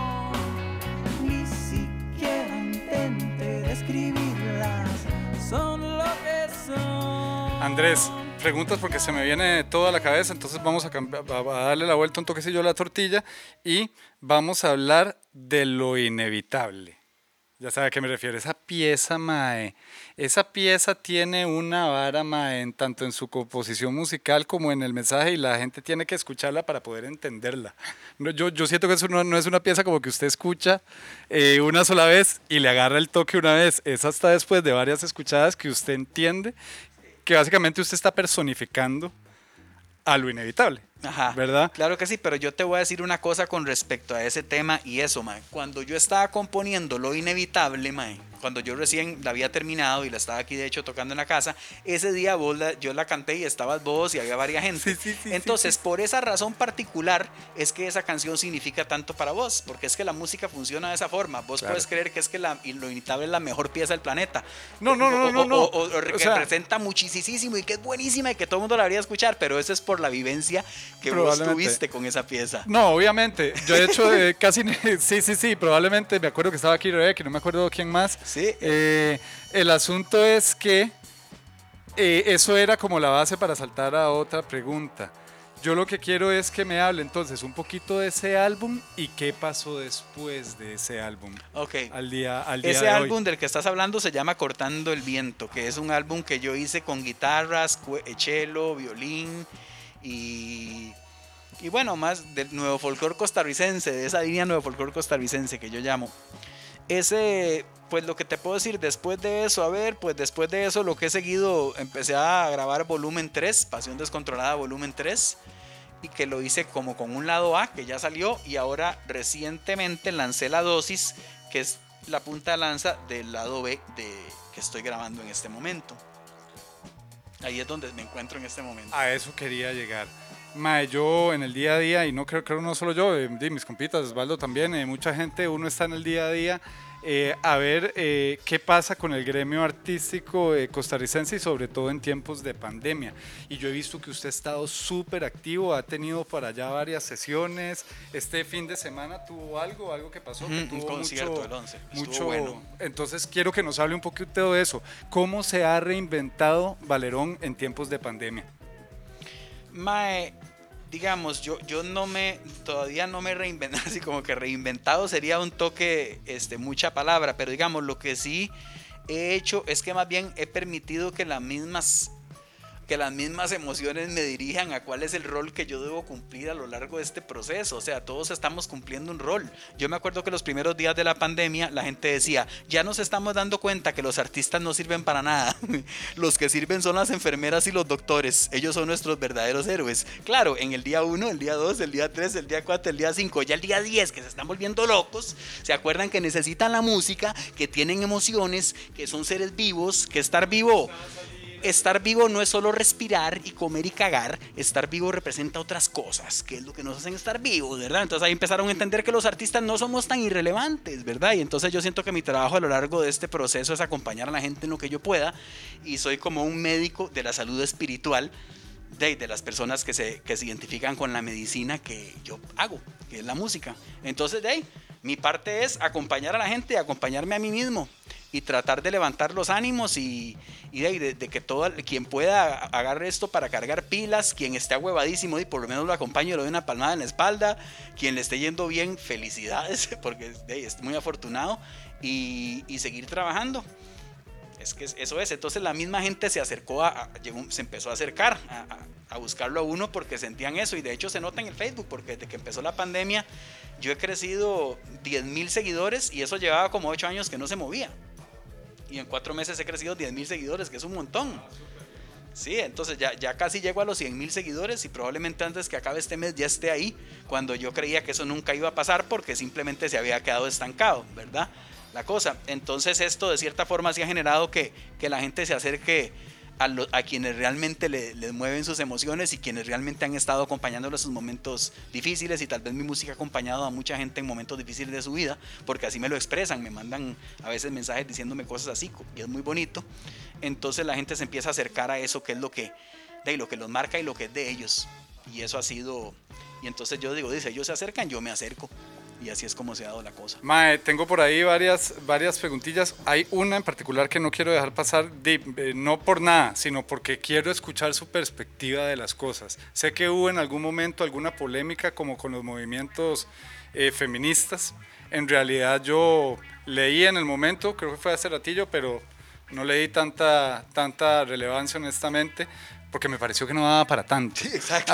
Describirlas, son lo que son. Andrés, preguntas porque se me viene todo a la cabeza, entonces vamos a, a darle la vuelta un toquecillo a la tortilla y vamos a hablar de lo inevitable. Ya sabe a qué me refiero, esa pieza, mae, esa pieza tiene una vara, mae, en, tanto en su composición musical como en el mensaje, y la gente tiene que escucharla para poder entenderla. No, yo, yo siento que eso no, no es una pieza como que usted escucha eh, una sola vez y le agarra el toque una vez, es hasta después de varias escuchadas que usted entiende que básicamente usted está personificando a lo inevitable. Ajá, ¿verdad? Claro que sí, pero yo te voy a decir una cosa con respecto a ese tema y eso, mae. Cuando yo estaba componiendo Lo Inevitable, mae, cuando yo recién la había terminado y la estaba aquí de hecho tocando en la casa, ese día vos la, yo la canté y estabas vos y había varias gente. Sí, sí, sí, Entonces, sí, sí. por esa razón particular es que esa canción significa tanto para vos, porque es que la música funciona de esa forma. Vos Claro. puedes creer que es que la, Lo Inevitable es la mejor pieza del planeta. No, no, no, o, no, no. O, o, o, o que O sea, representa muchísimo y que es buenísima y que todo el mundo la debería escuchar, pero eso es por la vivencia que vos Probablemente. tuviste con esa pieza. No, obviamente. Yo de hecho eh, casi... Sí, sí, sí. Probablemente me acuerdo que estaba aquí Rebeca y no me acuerdo quién más. Sí. Eh, el asunto es que eh, eso era como la base para saltar a otra pregunta. Yo lo que quiero es que me hable entonces un poquito de ese álbum y qué pasó después de ese álbum. Ok. Al día, al día Ese de álbum hoy. del que estás hablando se llama Cortando el Viento, que es un álbum que yo hice con guitarras, cello, violín y, y bueno, más del nuevo folclore costarricense, de esa línea nuevo folclore costarricense que yo llamo. Ese, pues lo que te puedo decir después de eso, a ver, pues después de eso lo que he seguido, empecé a grabar volumen tres, Pasión Descontrolada volumen tres, y que lo hice como con un lado A que ya salió, y ahora recientemente lancé La Dosis, que es la punta de lanza del lado B de, que estoy grabando en este momento. Ahí es donde me encuentro en este momento. A eso quería llegar. Mae, yo en el día a día, y no creo que no solo yo, eh, mis compitas, Osvaldo también, eh, mucha gente, uno está en el día a día eh, a ver eh, qué pasa con el gremio artístico eh, costarricense y sobre todo en tiempos de pandemia. Y yo he visto que usted ha estado súper activo, ha tenido para allá varias sesiones. Este fin de semana tuvo algo, algo que pasó, que Mm, tuvo un concierto mucho, del once, estuvo mucho bueno. Entonces quiero que nos hable un poquito de eso. ¿Cómo se ha reinventado Valerón en tiempos de pandemia? Mae, digamos, yo, yo no me, todavía no me he reinventado, así como que reinventado sería un toque, este, mucha palabra, pero digamos, lo que sí he hecho es que más bien he permitido que las mismas, que las mismas emociones me dirijan a cuál es el rol que yo debo cumplir a lo largo de este proceso. O sea, todos estamos cumpliendo un rol. Yo me acuerdo que los primeros días de la pandemia la gente decía, ya nos estamos dando cuenta que los artistas no sirven para nada. Los que sirven son las enfermeras y los doctores. Ellos son nuestros verdaderos héroes. Claro, en el día uno, el día dos, el día tres, el día cuatro, el día cinco, ya el día diez, que se están volviendo locos, se acuerdan que necesitan la música, que tienen emociones, que son seres vivos, que estar vivo... Estar vivo no es solo respirar y comer y cagar. Estar vivo representa otras cosas, que es lo que nos hacen estar vivos, ¿verdad? Entonces ahí empezaron a entender que los artistas no somos tan irrelevantes, ¿verdad? Y entonces yo siento que mi trabajo a lo largo de este proceso es acompañar a la gente en lo que yo pueda, y soy como un médico de la salud espiritual de, de las personas que se, que se identifican con la medicina que yo hago, que es la música. Entonces de ahí, mi parte es acompañar a la gente, acompañarme a mí mismo y tratar de levantar los ánimos y, y de, de, de que todo quien pueda agarre esto para cargar pilas, quien esté ahuevadísimo y por lo menos lo acompaño y le doy una palmada en la espalda, quien le esté yendo bien, felicidades, porque de, es muy afortunado, y, y seguir trabajando. Es que eso es. Entonces la misma gente se acercó a, a llegó, se empezó a acercar a, a, a buscarlo a uno porque sentían eso, y de hecho se nota en el Facebook porque desde que empezó la pandemia yo he crecido diez mil seguidores y eso llevaba como ocho años que no se movía. Y en cuatro meses he crecido diez mil seguidores, que es un montón. Sí, entonces ya, ya casi llego a los cien mil seguidores y probablemente antes que acabe este mes ya esté ahí, cuando yo creía que eso nunca iba a pasar porque simplemente se había quedado estancado, ¿verdad? La cosa. Entonces esto de cierta forma sí ha generado que, que la gente se acerque a, lo, a quienes realmente le, les mueven sus emociones y quienes realmente han estado acompañándolo en sus momentos difíciles, y tal vez mi música ha acompañado a mucha gente en momentos difíciles de su vida, porque así me lo expresan, me mandan a veces mensajes diciéndome cosas así y es muy bonito. Entonces la gente se empieza a acercar a eso que es lo que, de lo que los marca y lo que es de ellos, y eso ha sido, y entonces yo digo, dice, ellos se acercan, yo me acerco. Y así es como se ha dado la cosa. Mae, tengo por ahí varias, varias preguntillas. Hay una en particular que no quiero dejar pasar, de, eh, no por nada, sino porque quiero escuchar su perspectiva de las cosas. Sé que hubo en algún momento alguna polémica como con los movimientos eh, feministas. En realidad yo leí en el momento, creo que fue hace ratillo, pero no le di tanta, tanta relevancia honestamente, porque me pareció que no daba para tanto. Sí, exacto.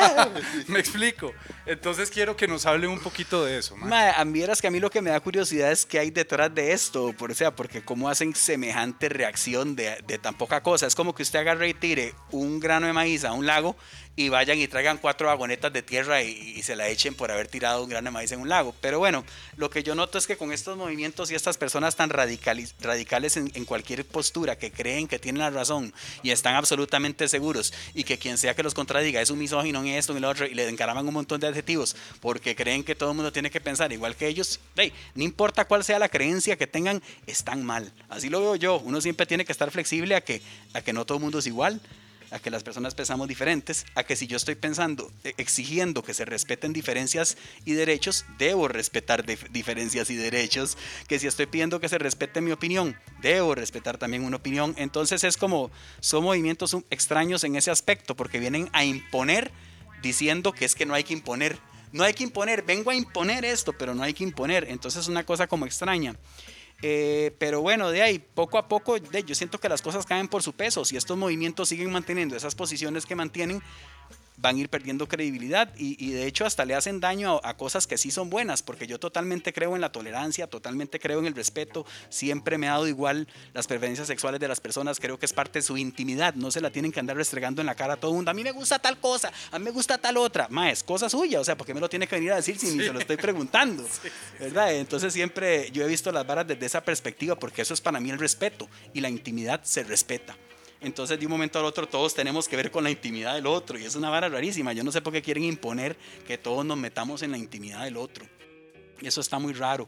Me explico. Entonces quiero que nos hable un poquito de eso. Ma, a mí eras que a mí lo que me da curiosidad es qué hay detrás de esto, por, o sea, porque cómo hacen semejante reacción de, de tan poca cosa. Es como que usted agarre y tire un grano de maíz a un lago y vayan y traigan cuatro vagonetas de tierra y, y se la echen por haber tirado un grano de maíz en un lago. Pero bueno, lo que yo noto es que con estos movimientos y estas personas tan radicales, radicales en, en cualquier postura, que creen que tienen la razón y están absolutamente seguros, y que quien sea que los contradiga es un misógino en esto, en lo otro, y le encaraman un montón de adjetivos porque creen que todo el mundo tiene que pensar igual que ellos, hey, no importa cuál sea la creencia que tengan, están mal. Así lo veo yo. Uno siempre tiene que estar flexible a que, a que no todo el mundo es igual, a que las personas pensamos diferentes, a que si yo estoy pensando, exigiendo que se respeten diferencias y derechos, debo respetar de, diferencias y derechos, que si estoy pidiendo que se respete mi opinión, debo respetar también una opinión. Entonces es como, son movimientos extraños en ese aspecto, porque vienen a imponer diciendo que es que no hay que imponer. No hay que imponer, vengo a imponer esto, pero no hay que imponer. Entonces es una cosa como extraña. Eh, pero bueno, de ahí, poco a poco, de, yo siento que las cosas caen por su peso. Si estos movimientos siguen manteniendo esas posiciones que mantienen, van a ir perdiendo credibilidad y, y de hecho hasta le hacen daño a, a cosas que sí son buenas, porque yo totalmente creo en la tolerancia, totalmente creo en el respeto, siempre me ha dado igual las preferencias sexuales de las personas, creo que es parte de su intimidad, no se la tienen que andar restregando en la cara a todo el mundo, a mí me gusta tal cosa, a mí me gusta tal otra, ma, es cosa suya, o sea, ¿por qué me lo tiene que venir a decir si sí. ni se lo estoy preguntando? Sí, sí, ¿verdad? Entonces siempre yo he visto las varas desde esa perspectiva, porque eso es para mí el respeto, y la intimidad se respeta. Entonces de un momento al otro todos tenemos que ver con la intimidad del otro, y es una vara rarísima. Yo no sé por qué quieren imponer que todos nos metamos en la intimidad del otro, y eso está muy raro.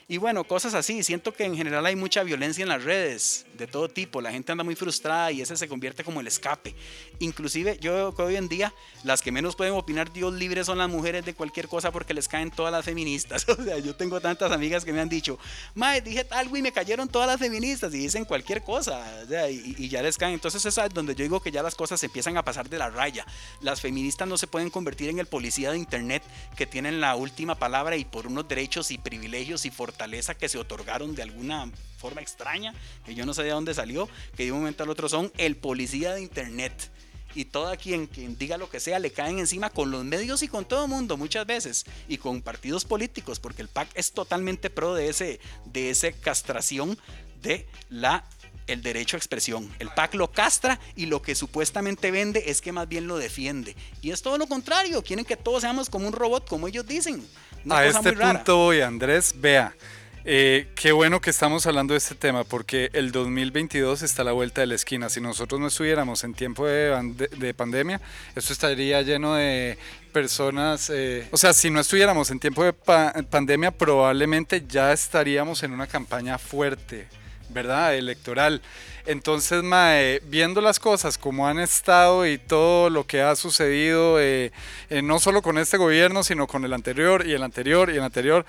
Y bueno, cosas así. Siento que en general hay mucha violencia en las redes, de todo tipo. La gente anda muy frustrada y ese se convierte como el escape. Inclusive yo veo que hoy en día las que menos pueden opinar Dios libre son las mujeres de cualquier cosa porque les caen todas las feministas. O sea, yo tengo tantas amigas que me han dicho, mae, dije algo y me cayeron todas las feministas y dicen cualquier cosa. O sea, y, y ya les caen. Entonces eso es donde yo digo que ya las cosas empiezan a pasar de la raya. Las feministas no se pueden convertir en el policía de internet que tienen la última palabra y por unos derechos y privilegios y fortaleza que se otorgaron de alguna forma extraña, que yo no sé de dónde salió, que de un momento al otro son el policía de internet. Y todo quien, quien diga lo que sea le caen encima con los medios y con todo el mundo muchas veces. Y con partidos políticos, porque el P A C es totalmente pro de ese, de esa castración de la el derecho a expresión. El P A C lo castra y lo que supuestamente vende es que más bien lo defiende. Y es todo lo contrario. Quieren que todos seamos como un robot, como ellos dicen. Una a cosa este muy rara. punto voy, Andrés, vea. Eh, qué bueno que estamos hablando de este tema porque el dos mil veintidós está a la vuelta de la esquina. Si nosotros no estuviéramos en tiempo de, de, de pandemia, esto estaría lleno de personas, eh, o sea, si no estuviéramos en tiempo de pa pandemia, probablemente ya estaríamos en una campaña fuerte, ¿verdad? Electoral. Entonces, mae, viendo las cosas como han estado y todo lo que ha sucedido, eh, eh, no solo con este gobierno, sino con el anterior y el anterior y el anterior,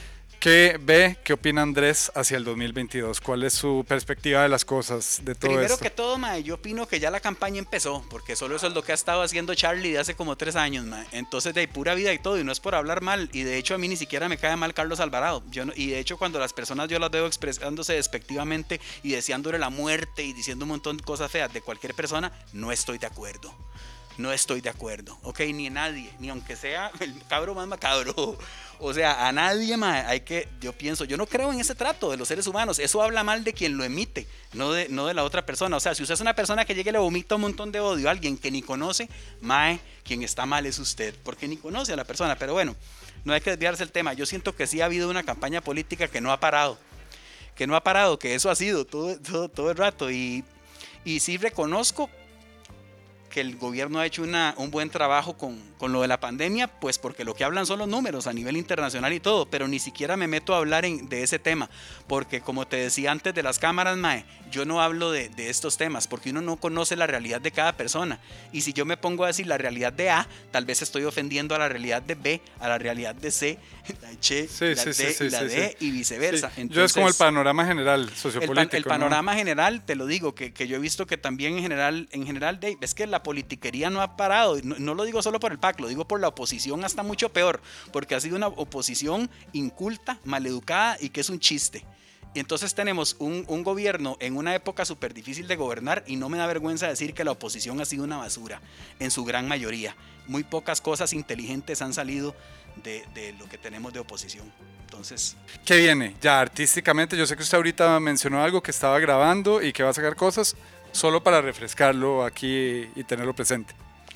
¿qué ve, qué opina Andrés hacia el dos mil veintidós? ¿Cuál es su perspectiva de las cosas, de todo Primero esto? que todo, mae, yo opino que ya la campaña empezó, porque solo eso es lo que ha estado haciendo Charlie de hace como tres años, mae. Entonces, de pura vida y todo, y no es por hablar mal, y de hecho a mí ni siquiera me cae mal Carlos Alvarado. Yo no, y de hecho cuando las personas yo las veo expresándose despectivamente y deseándole la muerte y diciendo un montón de cosas feas de cualquier persona, no estoy de acuerdo. No estoy de acuerdo, ok, ni nadie, ni aunque sea el cabro más macabro. O sea, a nadie más hay que, yo pienso, yo no creo en ese trato de los seres humanos. Eso habla mal de quien lo emite, no de, no de la otra persona. O sea, si usted es una persona que llegue y le vomita un montón de odio a alguien que ni conoce, mae, quien está mal es usted, porque ni conoce a la persona. Pero bueno, no hay que desviarse el tema. Yo siento que sí ha habido una campaña política que no ha parado, que no ha parado, que eso ha sido todo, todo, todo el rato. Y, y sí reconozco que el gobierno ha hecho una, un buen trabajo con, con lo de la pandemia, pues porque lo que hablan son los números a nivel internacional y todo, pero ni siquiera me meto a hablar en, de ese tema, porque como te decía antes de las cámaras, mae, yo no hablo de, de estos temas, porque uno no conoce la realidad de cada persona, y si yo me pongo a decir la realidad de A, tal vez estoy ofendiendo a la realidad de B, a la realidad de C, la H, sí, la sí, D sí, sí, y la sí, D, sí. y viceversa. Sí. Entonces, yo es como el panorama general sociopolítico. El, pan, el panorama ¿no? general, te lo digo, que, que yo he visto que también en general, en general, Dave, es que la politiquería no ha parado, no, no lo digo solo por el P A C, lo digo por la oposición hasta mucho peor, porque ha sido una oposición inculta, maleducada y que es un chiste. Y entonces tenemos un, un gobierno en una época súper difícil de gobernar y no me da vergüenza decir que la oposición ha sido una basura, en su gran mayoría. Muy pocas cosas inteligentes han salido de, de lo que tenemos de oposición. Entonces, ¿qué viene? Ya artísticamente, yo sé que usted ahorita mencionó algo que estaba grabando y que va a sacar cosas, solo para refrescarlo aquí y tenerlo presente.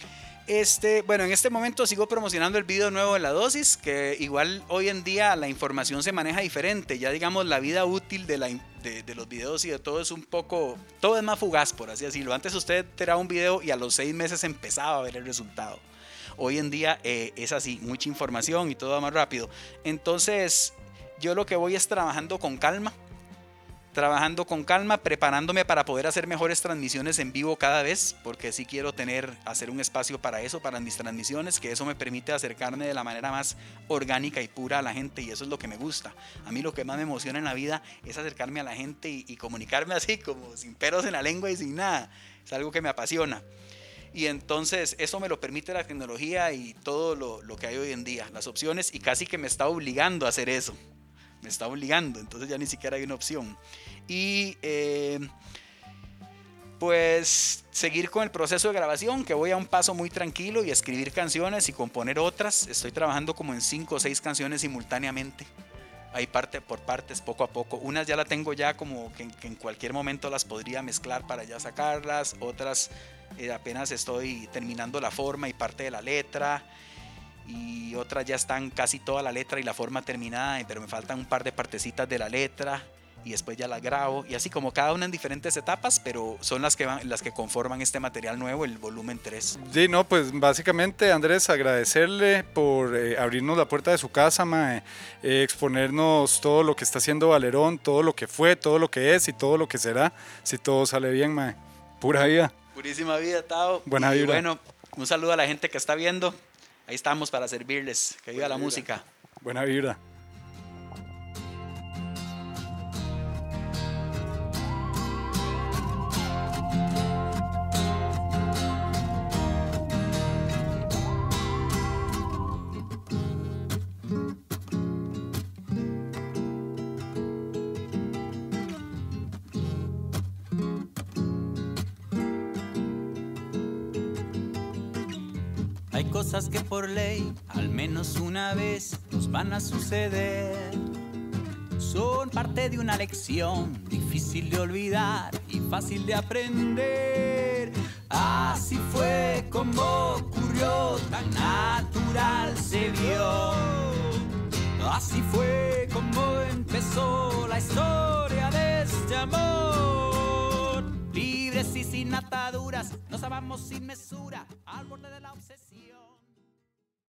Este, bueno, en este momento sigo promocionando el video nuevo de La Dosis, que igual hoy en día la información se maneja diferente. Ya digamos la vida útil de, la, de, de los videos y de todo es un poco, todo es más fugaz, por así decirlo. Antes usted tiraba un video y a los seis meses empezaba a ver el resultado. Hoy en día eh, es así, mucha información y todo va más rápido. Entonces yo lo que voy es trabajando con calma. Trabajando con calma, preparándome para poder hacer mejores transmisiones en vivo cada vez, porque sí quiero tener, hacer un espacio para eso, para mis transmisiones, que eso me permite acercarme de la manera más orgánica y pura a la gente, y eso es lo que me gusta. A mí lo que más me emociona en la vida es acercarme a la gente y, y comunicarme así, como sin peros en la lengua y sin nada. Es algo que me apasiona. Y entonces eso me lo permite la tecnología y todo lo, lo que hay hoy en día, las opciones, y casi que me está obligando a hacer eso. Me está obligando, entonces ya ni siquiera hay una opción. Y eh, pues seguir con el proceso de grabación, que voy a un paso muy tranquilo, y escribir canciones y componer otras. Estoy trabajando como en cinco o seis canciones simultáneamente. Hay parte por partes, poco a poco. Unas ya la tengo ya como que, que en cualquier momento las podría mezclar para ya sacarlas. Otras eh, apenas estoy terminando la forma y parte de la letra. Y otras ya están casi toda la letra y la forma terminada, pero me faltan un par de partecitas de la letra. y después ya las grabo, y así como cada una en diferentes etapas, pero son las que, van, las que conforman este material nuevo, el volumen tres. Sí, no, pues básicamente, Andrés, agradecerle por eh, abrirnos la puerta de su casa, mae, eh, exponernos todo lo que está haciendo Valerón, todo lo que fue, todo lo que es y todo lo que será, si todo sale bien, mae. Pura vida. Purísima vida, Tao. Buena y vibra. bueno, un saludo a la gente que está viendo. Ahí estamos para servirles. Que viva Buena la vibra. música. Buena vibra. Hay cosas que por ley, al menos una vez, nos van a suceder. Son parte de una lección, difícil de olvidar y fácil de aprender. Así fue como ocurrió, tan natural se vio. Así fue como empezó la historia de este amor. Libres y sin ataduras, nos amamos sin mesura, al borde de la obsesión.